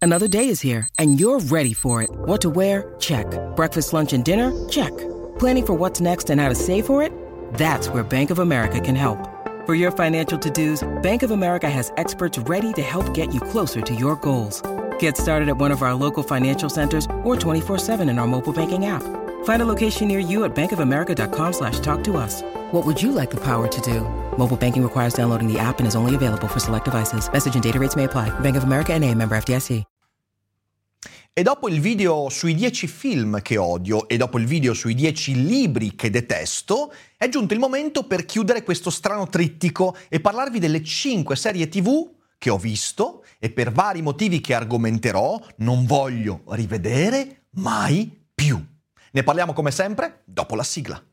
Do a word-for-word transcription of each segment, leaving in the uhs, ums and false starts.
Another day is here, and you're ready for it. What to wear? Check. Breakfast, lunch, and dinner? Check. Planning for what's next and how to save for it? That's where Bank of America can help. For your financial to-dos, Bank of America has experts ready to help get you closer to your goals. Get started at one of our local financial centers or twenty-four seven in our mobile banking app. Find a location near you at bankofamerica.com slash talk to us. What would you like the power to do? Mobile banking requires downloading the app and is only available for select devices. Message and data rates may apply. Bank of America N A, member F D I C. E dopo il video sui dieci film che odio e dopo il video sui dieci libri che detesto, è giunto il momento per chiudere questo strano trittico e parlarvi delle cinque serie tivù che ho visto e per vari motivi che argomenterò non voglio rivedere mai più. Ne parliamo come sempre dopo la sigla.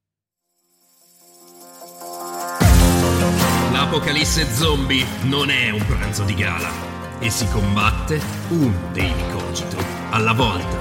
L'apocalisse zombie non è un pranzo di gala e si combatte un Daily Cogito alla volta.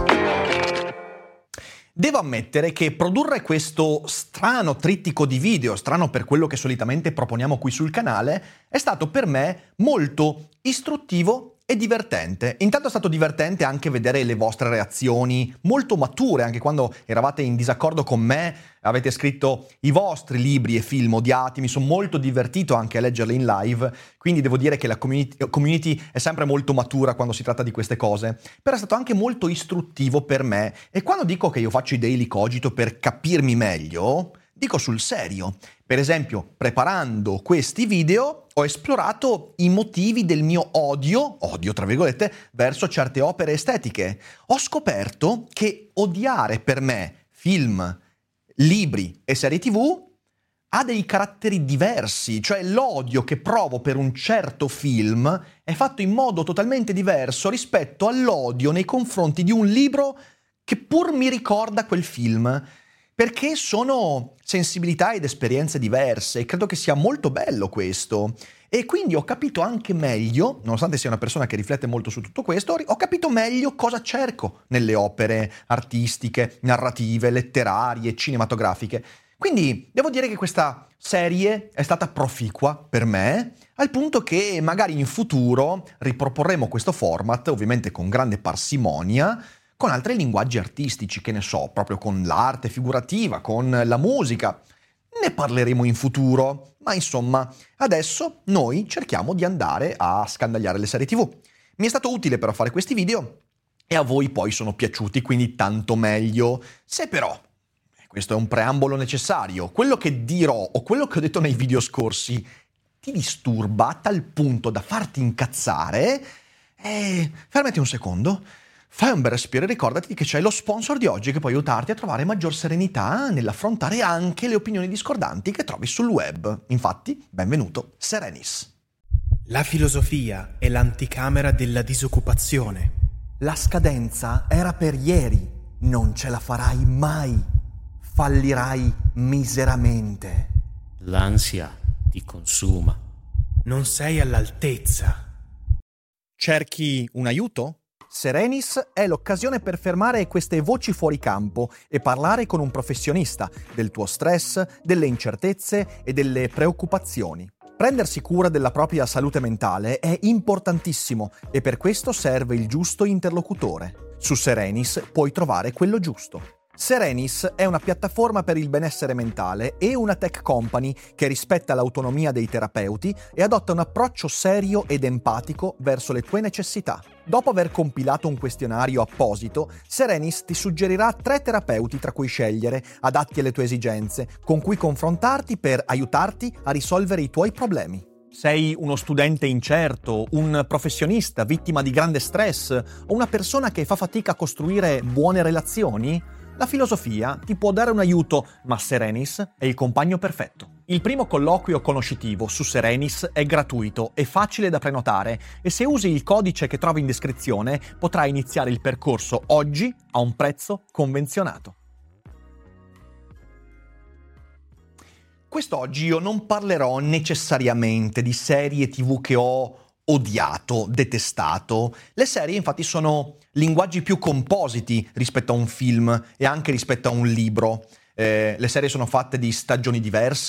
Devo ammettere che produrre questo strano trittico di video, strano per quello che solitamente proponiamo qui sul canale, è stato per me molto istruttivo e divertente. Intanto è stato divertente anche vedere le vostre reazioni molto mature, anche quando eravate in disaccordo con me, avete scritto i vostri libri e film odiati, mi sono molto divertito anche a leggerli in live, quindi devo dire che la community, community è sempre molto matura quando si tratta di queste cose, però è stato anche molto istruttivo per me e quando dico che io faccio i Daily Cogito per capirmi meglio, dico sul serio. Per esempio, preparando questi video ho esplorato i motivi del mio odio, odio tra virgolette, verso certe opere estetiche. Ho scoperto che odiare per me film, libri e serie tivù ha dei caratteri diversi, cioè l'odio che provo per un certo film è fatto in modo totalmente diverso rispetto all'odio nei confronti di un libro che pur mi ricorda quel film. Perché sono sensibilità ed esperienze diverse e credo che sia molto bello questo. E quindi ho capito anche meglio, nonostante sia una persona che riflette molto su tutto questo, ho capito meglio cosa cerco nelle opere artistiche, narrative, letterarie, cinematografiche. Quindi devo dire che questa serie è stata proficua per me, al punto che magari in futuro riproporremo questo format, ovviamente con grande parsimonia, con altri linguaggi artistici, che ne so, proprio con l'arte figurativa, con la musica. Ne parleremo in futuro, ma insomma, adesso noi cerchiamo di andare a scandagliare le serie tivù. Mi è stato utile però fare questi video e a voi poi sono piaciuti, quindi tanto meglio. Se però, questo è un preambolo necessario, quello che dirò o quello che ho detto nei video scorsi ti disturba a tal punto da farti incazzare, eh, fermati un secondo. Fai un bel respiro e ricordati che c'è lo sponsor di oggi che può aiutarti a trovare maggior serenità nell'affrontare anche le opinioni discordanti che trovi sul web. Infatti, benvenuto, Serenis. La filosofia è l'anticamera della disoccupazione. La scadenza era per ieri, non ce la farai mai. Fallirai miseramente. L'ansia ti consuma. Non sei all'altezza. Cerchi un aiuto? Serenis è l'occasione per fermare queste voci fuori campo e parlare con un professionista del tuo stress, delle incertezze e delle preoccupazioni. Prendersi cura della propria salute mentale è importantissimo e per questo serve il giusto interlocutore. Su Serenis puoi trovare quello giusto. Serenis è una piattaforma per il benessere mentale e una tech company che rispetta l'autonomia dei terapeuti e adotta un approccio serio ed empatico verso le tue necessità. Dopo aver compilato un questionario apposito, Serenis ti suggerirà tre terapeuti tra cui scegliere, adatti alle tue esigenze, con cui confrontarti per aiutarti a risolvere i tuoi problemi. Sei uno studente incerto, un professionista vittima di grande stress o una persona che fa fatica a costruire buone relazioni? La filosofia ti può dare un aiuto, ma Serenis è il compagno perfetto. Il primo colloquio conoscitivo su Serenis è gratuito e facile da prenotare e se usi il codice che trovi in descrizione potrai iniziare il percorso oggi a un prezzo convenzionato. Quest'oggi io non parlerò necessariamente di serie tivù che ho odiato, detestato. Le serie infatti sono linguaggi più compositi rispetto a un film e anche rispetto a un libro. Eh, le serie sono fatte di stagioni diverse,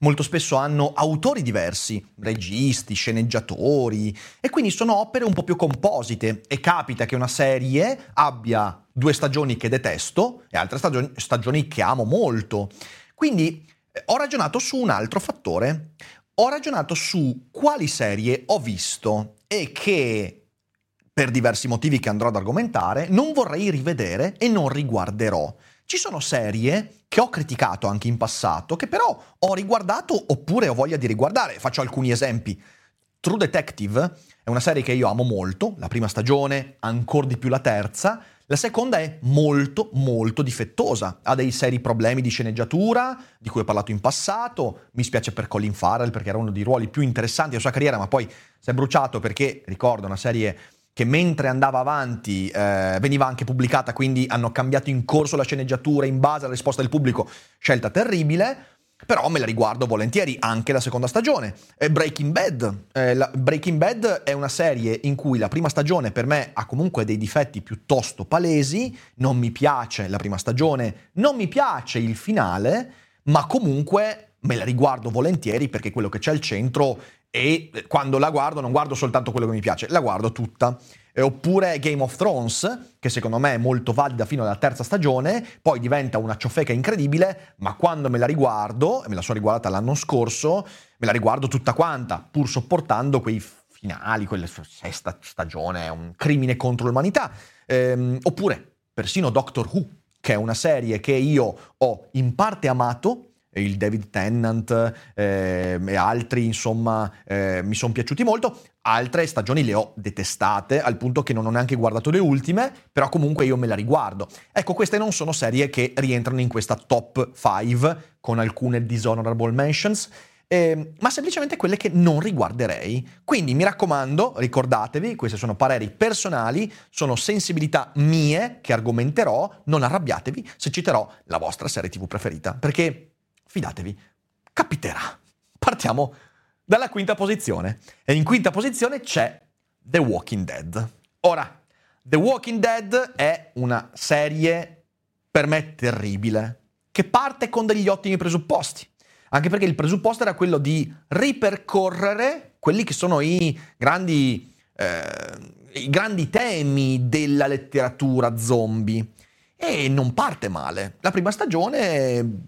molto spesso hanno autori diversi, registi, sceneggiatori, e quindi sono opere un po' più composite, e capita che una serie abbia due stagioni che detesto e altre stagioni, stagioni che amo molto. Quindi eh, ho ragionato su un altro fattore, ho ragionato su quali serie ho visto e che, per diversi motivi che andrò ad argomentare, non vorrei rivedere e non riguarderò. Ci sono serie che ho criticato anche in passato, che però ho riguardato oppure ho voglia di riguardare. Faccio alcuni esempi. True Detective è una serie che io amo molto, la prima stagione, ancora di più la terza. La seconda è molto, molto difettosa. Ha dei seri problemi di sceneggiatura, di cui ho parlato in passato. Mi spiace per Colin Farrell, perché era uno dei ruoli più interessanti della sua carriera, ma poi si è bruciato perché, ricordo, una serie che mentre andava avanti eh, veniva anche pubblicata, quindi hanno cambiato in corso la sceneggiatura in base alla risposta del pubblico, scelta terribile, però me la riguardo volentieri anche la seconda stagione. E Breaking Bad, eh, la, Breaking Bad è una serie in cui la prima stagione per me ha comunque dei difetti piuttosto palesi, non mi piace la prima stagione, non mi piace il finale, ma comunque me la riguardo volentieri perché quello che c'è al centro, e quando la guardo non guardo soltanto quello che mi piace, la guardo tutta. Eh, oppure Game of Thrones, che secondo me è molto valida fino alla terza stagione, poi diventa una ciofeca incredibile, ma quando me la riguardo, e me la sono riguardata l'anno scorso, me la riguardo tutta quanta, pur sopportando quei finali, quella sesta stagione, è un crimine contro l'umanità. Ehm, oppure persino Doctor Who, che è una serie che io ho in parte amato, il David Tennant eh, e altri, insomma, eh, mi sono piaciuti molto. Altre stagioni le ho detestate, al punto che non ho neanche guardato le ultime, però comunque io me la riguardo. Ecco, queste non sono serie che rientrano in questa top cinque, con alcune dishonorable mentions, eh, ma semplicemente quelle che non riguarderei. Quindi mi raccomando, ricordatevi, questi sono pareri personali, sono sensibilità mie che argomenterò, non arrabbiatevi se citerò la vostra serie tivù preferita, perché fidatevi, capiterà. Partiamo dalla quinta posizione. E in quinta posizione c'è The Walking Dead. Ora, The Walking Dead è una serie per me terribile, che parte con degli ottimi presupposti. Anche perché il presupposto era quello di ripercorrere quelli che sono i grandi, eh, i grandi temi della letteratura zombie. E non parte male. La prima stagione,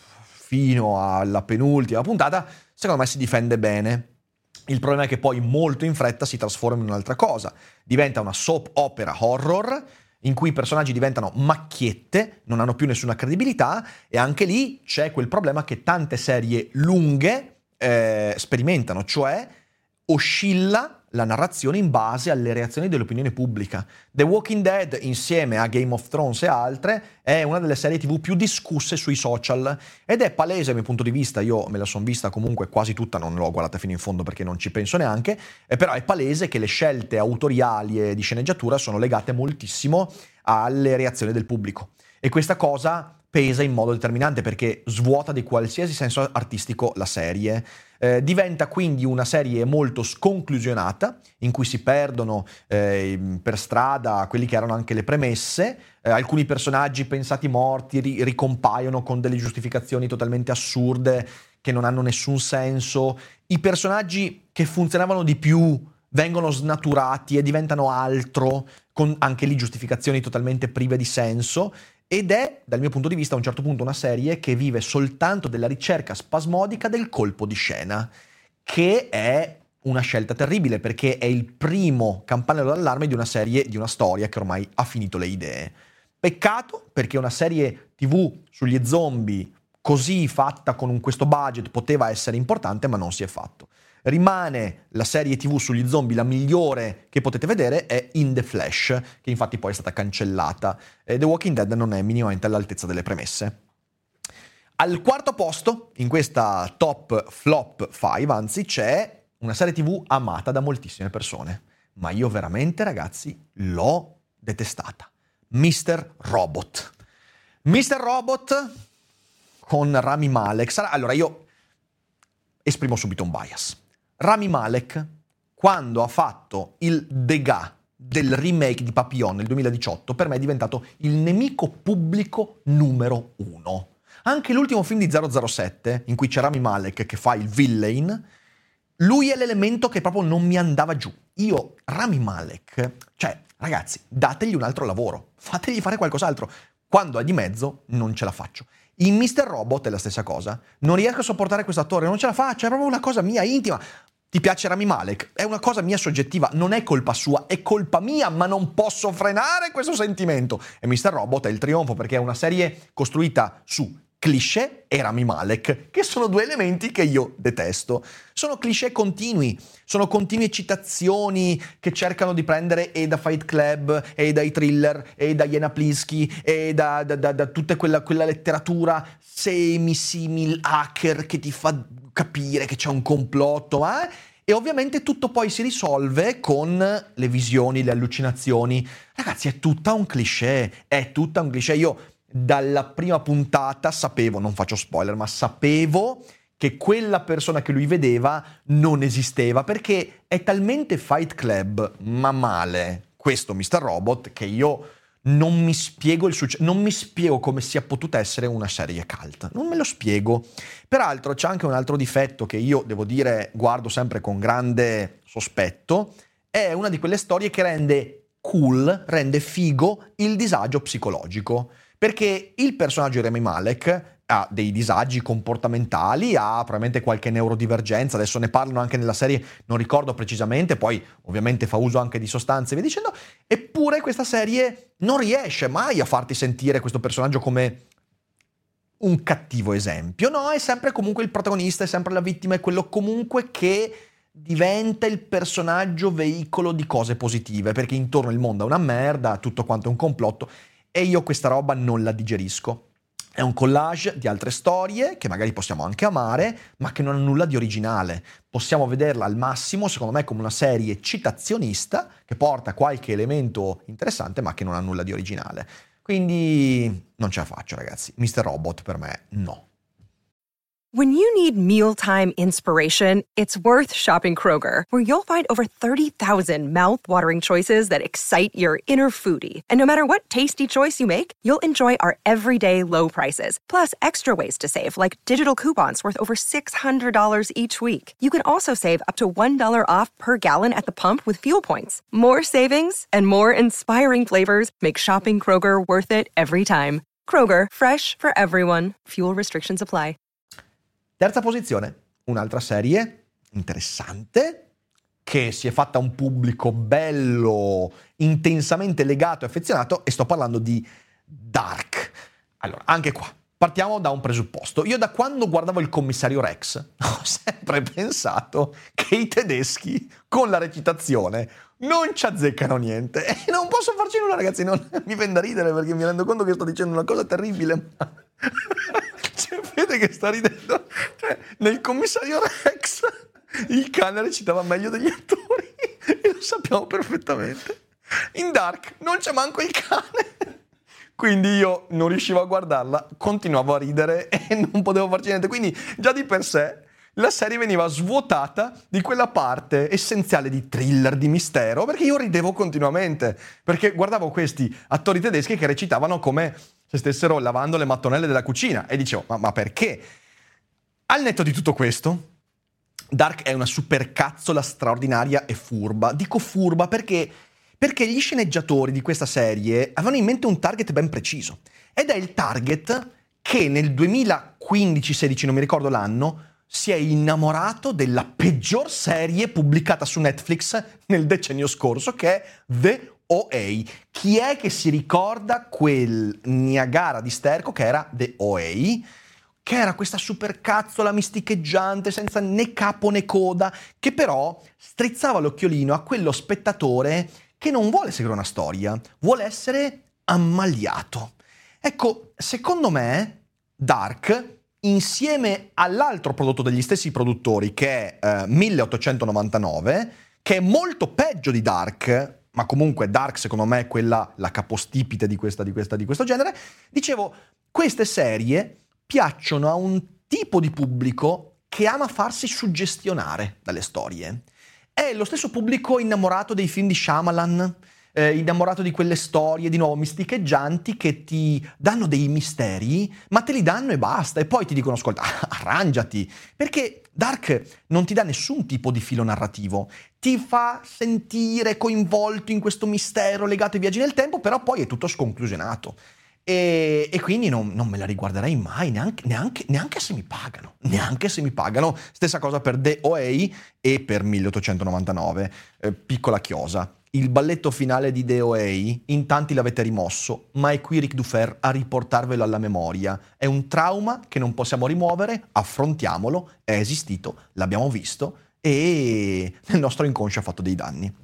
fino alla penultima puntata, secondo me si difende bene. Il problema è che poi molto in fretta si trasforma in un'altra cosa. Diventa una soap opera horror, in cui i personaggi diventano macchiette, non hanno più nessuna credibilità, e anche lì c'è quel problema che tante serie lunghe eh, sperimentano, cioè oscilla la narrazione in base alle reazioni dell'opinione pubblica. The Walking Dead, insieme a Game of Thrones e altre, è una delle serie tivù più discusse sui social, ed è palese dal mio punto di vista, io me la son vista comunque quasi tutta, non l'ho guardata fino in fondo perché non ci penso neanche, eh, però è palese che le scelte autoriali e di sceneggiatura sono legate moltissimo alle reazioni del pubblico. E questa cosa pesa in modo determinante perché svuota di qualsiasi senso artistico la serie. Eh, diventa quindi una serie molto sconclusionata, in cui si perdono eh, per strada quelli che erano anche le premesse, eh, alcuni personaggi pensati morti ri- ricompaiono con delle giustificazioni totalmente assurde che non hanno nessun senso, i personaggi che funzionavano di più vengono snaturati e diventano altro, con anche lì giustificazioni totalmente prive di senso. Ed è, dal mio punto di vista, a un certo punto una serie che vive soltanto della ricerca spasmodica del colpo di scena, che è una scelta terribile, perché è il primo campanello d'allarme di una serie, di una storia che ormai ha finito le idee. Peccato, perché una serie tivù sugli zombie così fatta con un, questo budget poteva essere importante, ma non si è fatto. Rimane la serie tivù sugli zombie la migliore che potete vedere, è In the Flash, che infatti poi è stata cancellata. E The Walking Dead non è minimamente all'altezza delle premesse. Al quarto posto, in questa top flop cinque, anzi, c'è una serie tivù amata da moltissime persone. Ma io veramente, ragazzi, l'ho detestata. mister Robot. mister Robot con Rami Malek. Allora, io esprimo subito un bias. Rami Malek, quando ha fatto il Degas del remake di Papillon nel duemiladiciotto, per me è diventato il nemico pubblico numero uno. Anche l'ultimo film di zero zero sette, in cui c'è Rami Malek che fa il villain, lui è l'elemento che proprio non mi andava giù. Io, Rami Malek, cioè, ragazzi, dategli un altro lavoro, fategli fare qualcos'altro. Quando è di mezzo, non ce la faccio. In mister Robot è la stessa cosa. Non riesco a sopportare questo attore, non ce la faccio, è proprio una cosa mia intima. Ti piace Rami Malek? È una cosa mia soggettiva, non è colpa sua, è colpa mia, ma non posso frenare questo sentimento. E mister Robot è il trionfo, perché è una serie costruita su cliché e Rami Malek, che sono due elementi che io detesto. Sono cliché continui, sono continue citazioni che cercano di prendere e da Fight Club, e dai thriller, e da Jana Plinsky, e da, da, da, da tutta quella, quella letteratura semi-simil hacker che ti fa capire che c'è un complotto, eh? E ovviamente tutto poi si risolve con le visioni, le allucinazioni. Ragazzi, è tutta un cliché, è tutta un cliché. Io dalla prima puntata sapevo, non faccio spoiler, ma sapevo che quella persona che lui vedeva non esisteva, perché è talmente Fight Club, ma male, questo mister Robot, che io non mi spiego il successo, non mi spiego come sia potuta essere una serie cult, non me lo spiego. Peraltro c'è anche un altro difetto che io, devo dire, guardo sempre con grande sospetto, è una di quelle storie che rende cool, rende figo il disagio psicologico. Perché il personaggio di Rami Malek ha dei disagi comportamentali, ha probabilmente qualche neurodivergenza, adesso ne parlano anche nella serie, non ricordo precisamente, poi ovviamente fa uso anche di sostanze e via dicendo, eppure questa serie non riesce mai a farti sentire questo personaggio come un cattivo esempio, no, è sempre comunque il protagonista, è sempre la vittima, è quello comunque che diventa il personaggio veicolo di cose positive, perché intorno il mondo è una merda, tutto quanto è un complotto. E io questa roba non la digerisco. È un collage di altre storie che magari possiamo anche amare, ma che non ha nulla di originale. Possiamo vederla al massimo, secondo me, come una serie citazionista che porta qualche elemento interessante, ma che non ha nulla di originale. Quindi non ce la faccio, ragazzi. mister Robot per me no. When you need mealtime inspiration, it's worth shopping Kroger, where you'll find over thirty thousand mouth-watering choices that excite your inner foodie. And no matter what tasty choice you make, you'll enjoy our everyday low prices, plus extra ways to save, like digital coupons worth over six hundred dollars each week. You can also save up to one dollar off per gallon at the pump with fuel points. More savings and more inspiring flavors make shopping Kroger worth it every time. Kroger, fresh for everyone. Fuel restrictions apply. Terza posizione, un'altra serie interessante che si è fatta un pubblico bello, intensamente legato e affezionato, e sto parlando di Dark. Allora, anche qua, partiamo da un presupposto. Io da quando guardavo il commissario Rex ho sempre pensato che i tedeschi con la recitazione non ci azzeccano niente. E non posso farci nulla, ragazzi, non mi viene da ridere perché mi rendo conto che sto dicendo una cosa terribile, ma... C'è Fede che sta ridendo. Cioè, nel commissario Rex il cane recitava meglio degli attori e lo sappiamo perfettamente. In Dark non c'è manco il cane. Quindi io non riuscivo a guardarla, continuavo a ridere e non potevo farci niente. Quindi già di per sé la serie veniva svuotata di quella parte essenziale di thriller, di mistero, perché io ridevo continuamente, perché guardavo questi attori tedeschi che recitavano come se stessero lavando le mattonelle della cucina e dicevo, ma, ma perché? Al netto di tutto questo, Dark è una supercazzola straordinaria e furba. Dico furba perché, perché gli sceneggiatori di questa serie avevano in mente un target ben preciso, ed è il target che nel duemilaquindici sedici, non mi ricordo l'anno, si è innamorato della peggior serie pubblicata su Netflix nel decennio scorso, che è The O A. Chi è che si ricorda quel Niagara di Sterco che era The O A? Che era questa supercazzola misticheggiante senza né capo né coda, che però strizzava l'occhiolino a quello spettatore che non vuole seguire una storia, vuole essere ammaliato. Ecco, secondo me Dark, insieme all'altro prodotto degli stessi produttori, che è eh, milleottocentonovantanove, che è molto peggio di Dark, ma comunque Dark secondo me è quella, la capostipite di questa, di questa, di questo genere, dicevo, queste serie piacciono a un tipo di pubblico che ama farsi suggestionare dalle storie. È lo stesso pubblico innamorato dei film di Shyamalan, eh, innamorato di quelle storie di nuovo misticheggianti che ti danno dei misteri, ma te li danno e basta, e poi ti dicono ascolta, arrangiati, perché Dark non ti dà nessun tipo di filo narrativo, ti fa sentire coinvolto in questo mistero legato ai viaggi nel tempo, però poi è tutto sconclusionato. E, e quindi non, non me la riguarderei mai, neanche, neanche, neanche se mi pagano, neanche se mi pagano. Stessa cosa per The O A e per milleottocentonovantanove, eh, piccola chiosa. Il balletto finale di The O A in tanti l'avete rimosso, ma è qui Ric Dufer a riportarvelo alla memoria. È un trauma che non possiamo rimuovere, affrontiamolo, è esistito, l'abbiamo visto e il nostro inconscio ha fatto dei danni.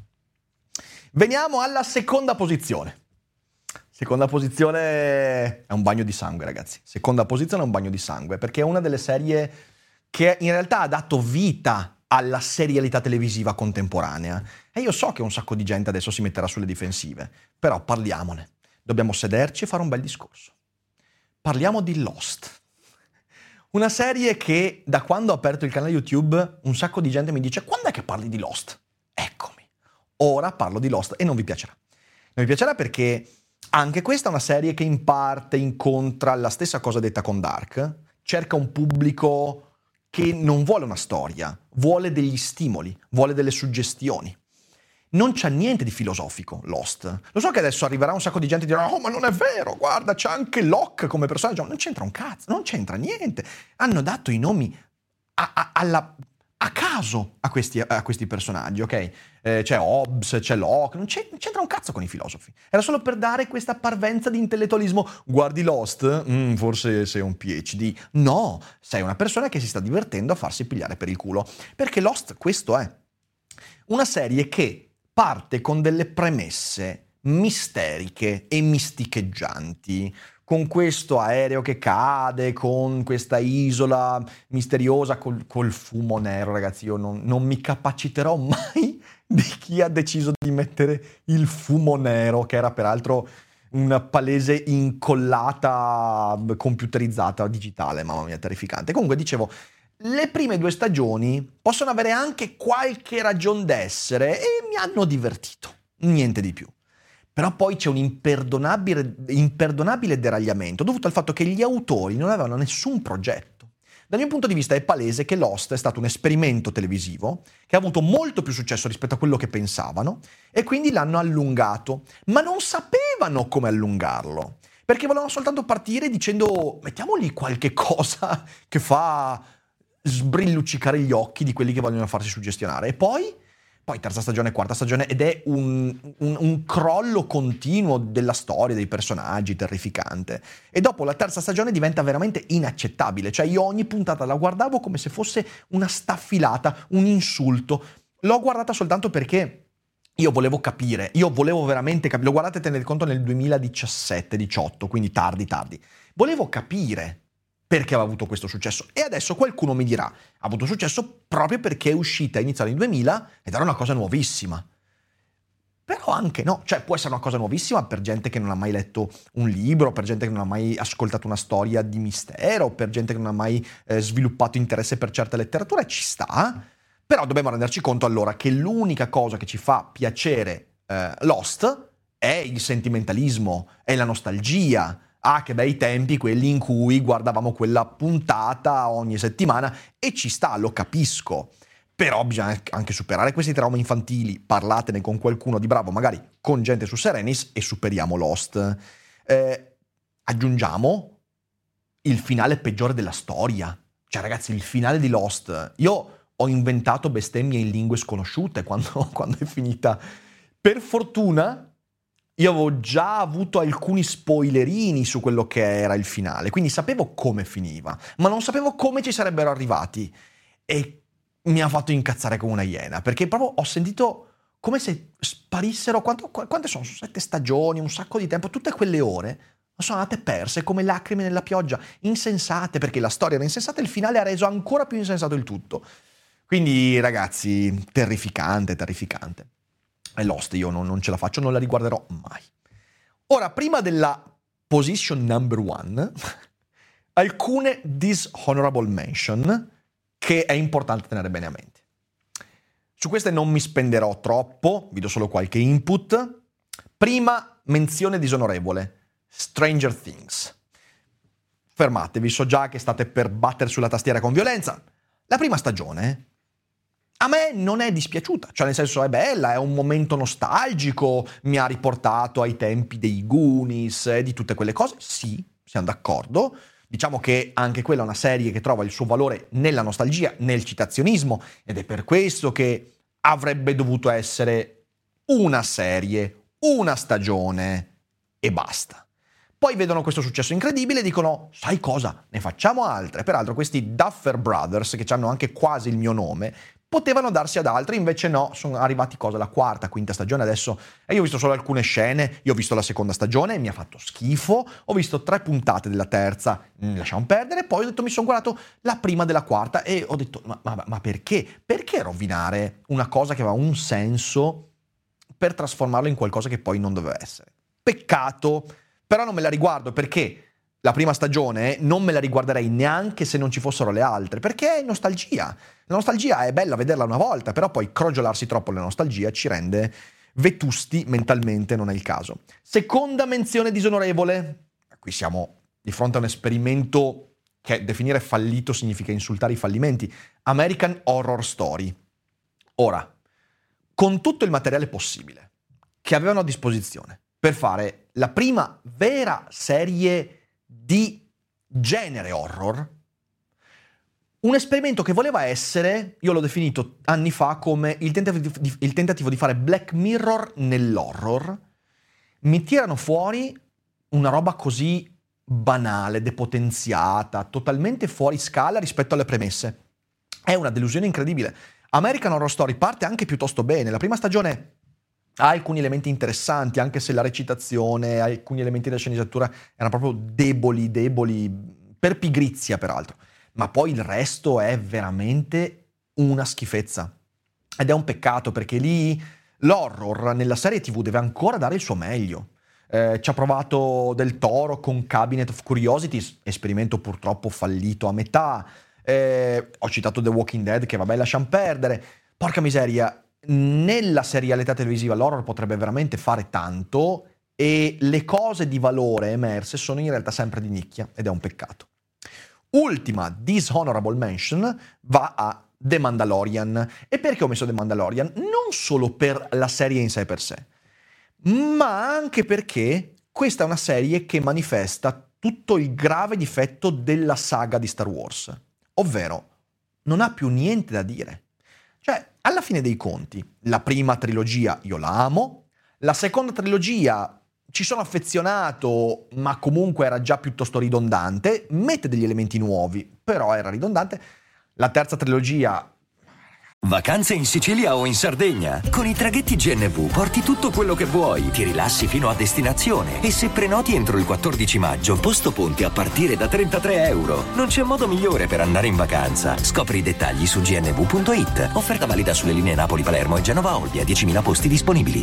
Veniamo alla seconda posizione. Seconda posizione è un bagno di sangue, ragazzi. Seconda posizione è un bagno di sangue, perché è una delle serie che in realtà ha dato vita alla serialità televisiva contemporanea. E io so che un sacco di gente adesso si metterà sulle difensive, però parliamone. Dobbiamo sederci e fare un bel discorso. Parliamo di Lost. Una serie che da quando ho aperto il canale YouTube un sacco di gente mi dice quando è che parli di Lost? Eccomi. Ora parlo di Lost e non vi piacerà. Non vi piacerà perché anche questa è una serie che in parte incontra la stessa cosa detta con Dark, cerca un pubblico che non vuole una storia, vuole degli stimoli, vuole delle suggestioni. Non c'ha niente di filosofico Lost. Lo so che adesso arriverà un sacco di gente e dirà oh ma non è vero, guarda c'è anche Locke come personaggio. Non c'entra un cazzo, non c'entra niente. Hanno dato i nomi a, a, alla... a caso a questi, a questi personaggi, ok? Eh, c'è Hobbes, c'è Locke, non, c'è, non c'entra un cazzo con i filosofi. Era solo per dare questa parvenza di intellettualismo. Guardi Lost? Mm, forse sei un P H D. No, sei una persona che si sta divertendo a farsi pigliare per il culo. Perché Lost questo è. Una serie che parte con delle premesse misteriche e misticheggianti, con questo aereo che cade, con questa isola misteriosa col, col fumo nero, ragazzi, io non, non mi capaciterò mai di chi ha deciso di mettere il fumo nero, che era peraltro una palese incollata computerizzata digitale, mamma mia, terrificante. Comunque, dicevo, le prime due stagioni possono avere anche qualche ragion d'essere e mi hanno divertito, niente di più. Però poi c'è un imperdonabile, imperdonabile deragliamento dovuto al fatto che gli autori non avevano nessun progetto. Dal mio punto di vista è palese che Lost è stato un esperimento televisivo che ha avuto molto più successo rispetto a quello che pensavano e quindi l'hanno allungato, ma non sapevano come allungarlo, perché volevano soltanto partire dicendo mettiamogli qualche cosa che fa sbrilluccicare gli occhi di quelli che vogliono farsi suggestionare e poi... Poi terza stagione, quarta stagione, ed è un, un, un crollo continuo della storia, dei personaggi, terrificante. E dopo la terza stagione diventa veramente inaccettabile. Cioè io ogni puntata la guardavo come se fosse una staffilata, un insulto. L'ho guardata soltanto perché io volevo capire, io volevo veramente capire. Lo guardate, tenete conto, nel duemiladiciassette diciotto, quindi tardi tardi. Volevo capire perché aveva avuto questo successo. E adesso qualcuno mi dirà, ha avuto successo proprio perché è uscita inizio anni duemila ed era una cosa nuovissima. Però anche no, cioè può essere una cosa nuovissima per gente che non ha mai letto un libro, per gente che non ha mai ascoltato una storia di mistero, per gente che non ha mai eh, sviluppato interesse per certa letteratura, e ci sta. Però dobbiamo renderci conto allora che l'unica cosa che ci fa piacere eh, Lost è il sentimentalismo, è la nostalgia. Ah, che bei tempi quelli in cui guardavamo quella puntata ogni settimana, e ci sta, lo capisco. Però bisogna anche superare questi traumi infantili, parlatene con qualcuno di bravo, magari con gente su Serenis, e superiamo Lost. Eh, aggiungiamo il finale peggiore della storia. Cioè ragazzi, il finale di Lost, io ho inventato bestemmie in lingue sconosciute quando, quando è finita. Per fortuna io avevo già avuto alcuni spoilerini su quello che era il finale, quindi sapevo come finiva, ma non sapevo come ci sarebbero arrivati. E mi ha fatto incazzare come una iena, perché proprio ho sentito come se sparissero, quanto, quante sono? Sette stagioni, un sacco di tempo, tutte quelle ore sono andate perse come lacrime nella pioggia, insensate, perché la storia era insensata e il finale ha reso ancora più insensato il tutto. Quindi ragazzi, terrificante, terrificante. È Lost, io non, non ce la faccio, non la riguarderò mai. Ora, prima della position number one, alcune dishonorable mention che è importante tenere bene a mente. Su queste non mi spenderò troppo, vi do solo qualche input, Prima menzione disonorevole, Stranger Things. Fermatevi, so già che state per battere sulla tastiera con violenza. La prima stagione a me non è dispiaciuta, cioè nel senso è bella, è un momento nostalgico, mi ha riportato ai tempi dei Goonies e di tutte quelle cose, sì, siamo d'accordo. Diciamo che anche quella è una serie che trova il suo valore nella nostalgia, nel citazionismo, ed è per questo che avrebbe dovuto essere una serie, una stagione e basta. Poi vedono questo successo incredibile e dicono, sai cosa, ne facciamo altre. Peraltro questi Duffer Brothers, che hanno anche quasi il mio nome, potevano darsi ad altri, invece no, sono arrivati cosa, la quarta, quinta stagione adesso, e io ho visto solo alcune scene, io ho visto la seconda stagione e mi ha fatto schifo, ho visto tre puntate della terza, mm, lasciamo perdere, poi ho detto, mi sono guardato la prima della quarta e ho detto, ma, ma, ma perché? Perché rovinare una cosa che aveva un senso per trasformarlo in qualcosa che poi non doveva essere? Peccato. Però non me la riguardo perché la prima stagione non me la riguarderei neanche se non ci fossero le altre, perché è nostalgia. La nostalgia è bella vederla una volta, però poi crogiolarsi troppo nella nostalgia ci rende vetusti mentalmente, non è il caso. Seconda menzione disonorevole. Qui siamo di fronte a un esperimento che definire fallito significa insultare i fallimenti. American Horror Story. Ora, con tutto il materiale possibile che avevano a disposizione per fare la prima vera serie di genere horror, un esperimento che voleva essere, io l'ho definito anni fa come il tentativo di, il tentativo di fare Black Mirror nell'horror, mi tirano fuori una roba così banale, depotenziata, totalmente fuori scala rispetto alle premesse. È una delusione incredibile. American Horror Story parte anche piuttosto bene, la prima stagione ha alcuni elementi interessanti, anche se la recitazione, alcuni elementi della sceneggiatura erano proprio deboli, deboli, per pigrizia peraltro. Ma poi il resto è veramente una schifezza. Ed è un peccato, perché lì l'horror nella serie tivù deve ancora dare il suo meglio. Eh, ci ha provato Del Toro con Cabinet of Curiosities, esperimento purtroppo fallito a metà. Eh, ho citato The Walking Dead, che vabbè, lasciamo perdere. Porca miseria, nella serialità televisiva l'horror potrebbe veramente fare tanto e le cose di valore emerse sono in realtà sempre di nicchia, ed è un peccato. Ultima dishonorable mention va a The Mandalorian. E perché ho messo The Mandalorian? Non solo per la serie in sé per sé, ma anche perché questa è una serie che manifesta tutto il grave difetto della saga di Star Wars, ovvero non ha più niente da dire. Cioè, alla fine dei conti, la prima trilogia io la amo, la seconda trilogia ci sono affezionato, ma comunque era già piuttosto ridondante, mette degli elementi nuovi, però era ridondante. La terza trilogia... Vacanze in Sicilia o in Sardegna? Con i traghetti G N V porti tutto quello che vuoi, ti rilassi fino a destinazione e se prenoti entro il quattordici maggio, posto ponti a partire da trentatré euro. Non c'è modo migliore per andare in vacanza. Scopri i dettagli su g n v punto i t. Offerta valida sulle linee Napoli-Palermo e Genova-Olbia, diecimila posti disponibili.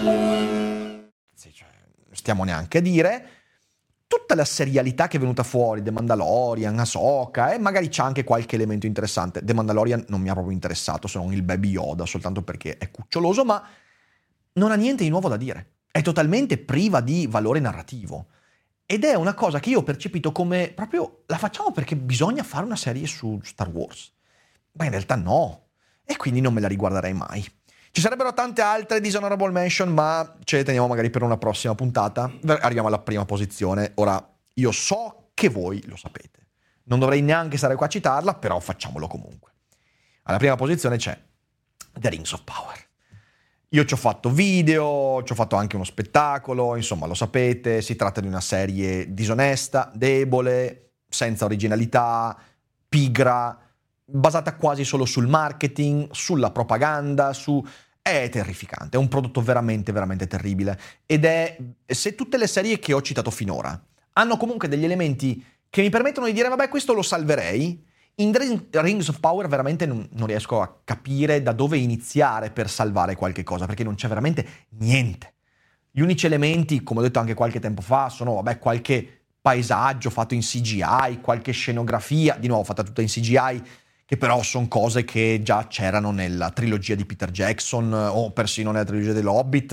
Sì, cioè, stiamo neanche a dire... Tutta la serialità che è venuta fuori, The Mandalorian, Ahsoka, e magari c'è anche qualche elemento interessante. The Mandalorian non mi ha proprio interessato, se non il Baby Yoda, soltanto perché è cuccioloso, ma non ha niente di nuovo da dire. È totalmente priva di valore narrativo. Ed è una cosa che io ho percepito come proprio, la facciamo perché bisogna fare una serie su Star Wars. Ma in realtà no. E quindi non me la riguarderei mai. Ci sarebbero tante altre dishonorable mention, ma ce le teniamo magari per una prossima puntata. Arriviamo alla prima posizione. Ora, io so che voi lo sapete. Non dovrei neanche stare qua a citarla, però facciamolo comunque. Alla prima posizione c'è The Rings of Power. Io ci ho fatto video, ci ho fatto anche uno spettacolo, insomma, lo sapete, si tratta di una serie disonesta, debole, senza originalità, pigra, basata quasi solo sul marketing, sulla propaganda, su... È terrificante, è un prodotto veramente, veramente terribile. Ed è... Se tutte le serie che ho citato finora hanno comunque degli elementi che mi permettono di dire vabbè, questo lo salverei, in The Rings of Power veramente non, non riesco a capire da dove iniziare per salvare qualche cosa, perché non c'è veramente niente. Gli unici elementi, come ho detto anche qualche tempo fa, sono vabbè, qualche paesaggio fatto in C G I, qualche scenografia, di nuovo fatta tutta in C G I, che però sono cose che già c'erano nella trilogia di Peter Jackson o persino nella trilogia dell'Hobbit,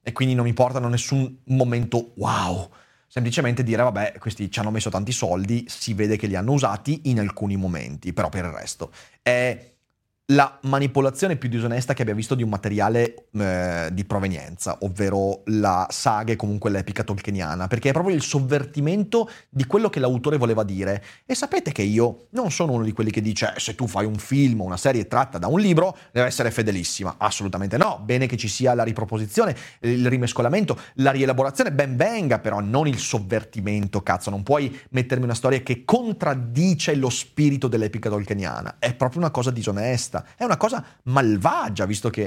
e quindi non mi portano nessun momento wow. Semplicemente dire, vabbè, questi ci hanno messo tanti soldi, si vede che li hanno usati in alcuni momenti, però per il resto è la manipolazione più disonesta che abbia visto di un materiale eh, di provenienza, ovvero la saga e comunque l'epica tolkieniana, perché è proprio il sovvertimento di quello che l'autore voleva dire. E sapete che io non sono uno di quelli che dice se tu fai un film o una serie tratta da un libro deve essere fedelissima. Assolutamente no. Bene che ci sia la riproposizione, il rimescolamento, la rielaborazione, ben venga, però non il sovvertimento, cazzo. Non puoi mettermi una storia che contraddice lo spirito dell'epica tolkieniana. È proprio una cosa disonesta. È una cosa malvagia, visto che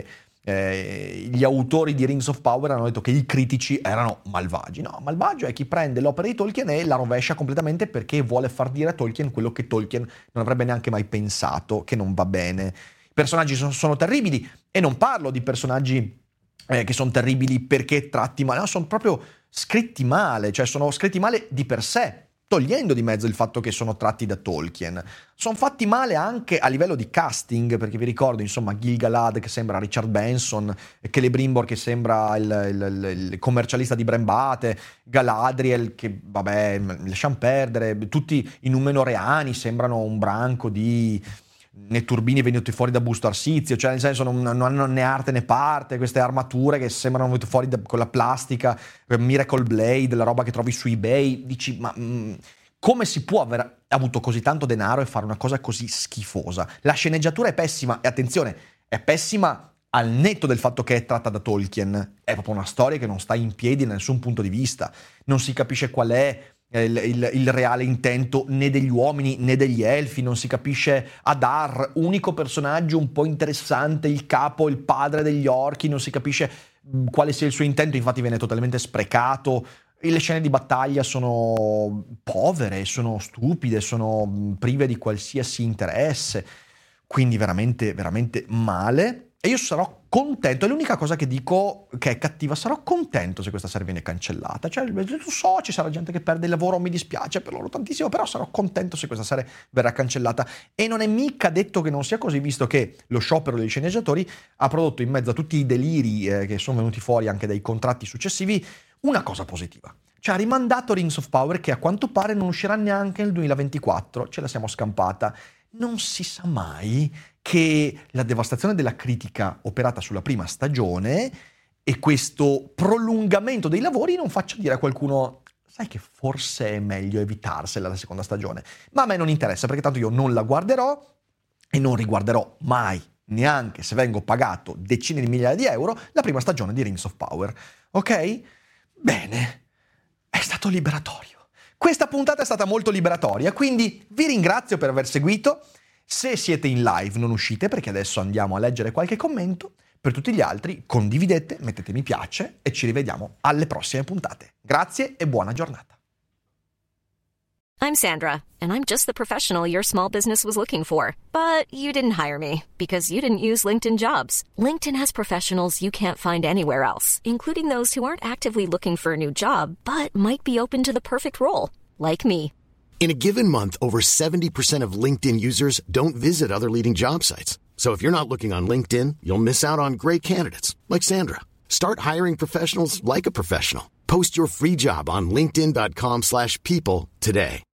eh, gli autori di Rings of Power hanno detto che i critici erano malvagi. No, malvagio è chi prende l'opera di Tolkien e la rovescia completamente perché vuole far dire a Tolkien quello che Tolkien non avrebbe neanche mai pensato, che non va bene. I personaggi sono, sono terribili, e non parlo di personaggi eh, che sono terribili perché tratti male, no, sono proprio scritti male, cioè sono scritti male di per sé, togliendo di mezzo il fatto che sono tratti da Tolkien. Sono fatti male anche a livello di casting, perché vi ricordo, insomma, Gil-galad che sembra Richard Benson, Celebrimbor che sembra il, il, il commercialista di Brembate, Galadriel che, vabbè, lasciamo perdere, tutti i Numenoreani sembrano un branco di netturbini venuti fuori da Busto Arsizio, cioè nel senso non, non hanno né arte né parte, queste armature che sembrano venute fuori da, con la plastica, Miracle Blade, la roba che trovi su eBay, dici ma mh, come si può aver avuto così tanto denaro e fare una cosa così schifosa? La sceneggiatura è pessima, e attenzione, è pessima al netto del fatto che è tratta da Tolkien, è proprio una storia che non sta in piedi da nessun punto di vista, non si capisce qual è Il, il, il reale intento né degli uomini né degli elfi, non si capisce Adar, unico personaggio un po' interessante, il capo, il padre degli orchi, non si capisce quale sia il suo intento, infatti viene totalmente sprecato. Le scene di battaglia sono povere, sono stupide, sono prive di qualsiasi interesse, quindi veramente veramente male. E io sarò contento, è l'unica cosa che dico che è cattiva, sarò contento se questa serie viene cancellata. Cioè, so, ci sarà gente che perde il lavoro, mi dispiace per loro tantissimo, però sarò contento se questa serie verrà cancellata. E non è mica detto che non sia così, visto che lo sciopero degli sceneggiatori ha prodotto, in mezzo a tutti i deliri eh, che sono venuti fuori anche dai contratti successivi, una cosa positiva. Cioè ha rimandato Rings of Power, che a quanto pare non uscirà neanche nel duemilaventiquattro, ce la siamo scampata. Non si sa mai che la devastazione della critica operata sulla prima stagione e questo prolungamento dei lavori non faccia dire a qualcuno sai che forse è meglio evitarsela la seconda stagione. Ma a me non interessa, perché tanto io non la guarderò e non riguarderò mai, neanche se vengo pagato decine di migliaia di euro, la prima stagione di Rings of Power. Ok? Bene, è stato liberatorio. Questa puntata è stata molto liberatoria, quindi vi ringrazio per aver seguito. Se siete in live non uscite, perché adesso andiamo a leggere qualche commento. Per tutti gli altri condividete, mettete mi piace e ci rivediamo alle prossime puntate. Grazie e buona giornata. I'm Sandra, and I'm just the professional your small business was looking for. But you didn't hire me because you didn't use LinkedIn Jobs. LinkedIn has professionals you can't find anywhere else, including those who aren't actively looking for a new job, but might be open to the perfect role, like me. In a given month, over seventy percent of LinkedIn users don't visit other leading job sites. So if you're not looking on LinkedIn, you'll miss out on great candidates like Sandra. Start hiring professionals like a professional. Post your free job on linkedin dot com slash people today.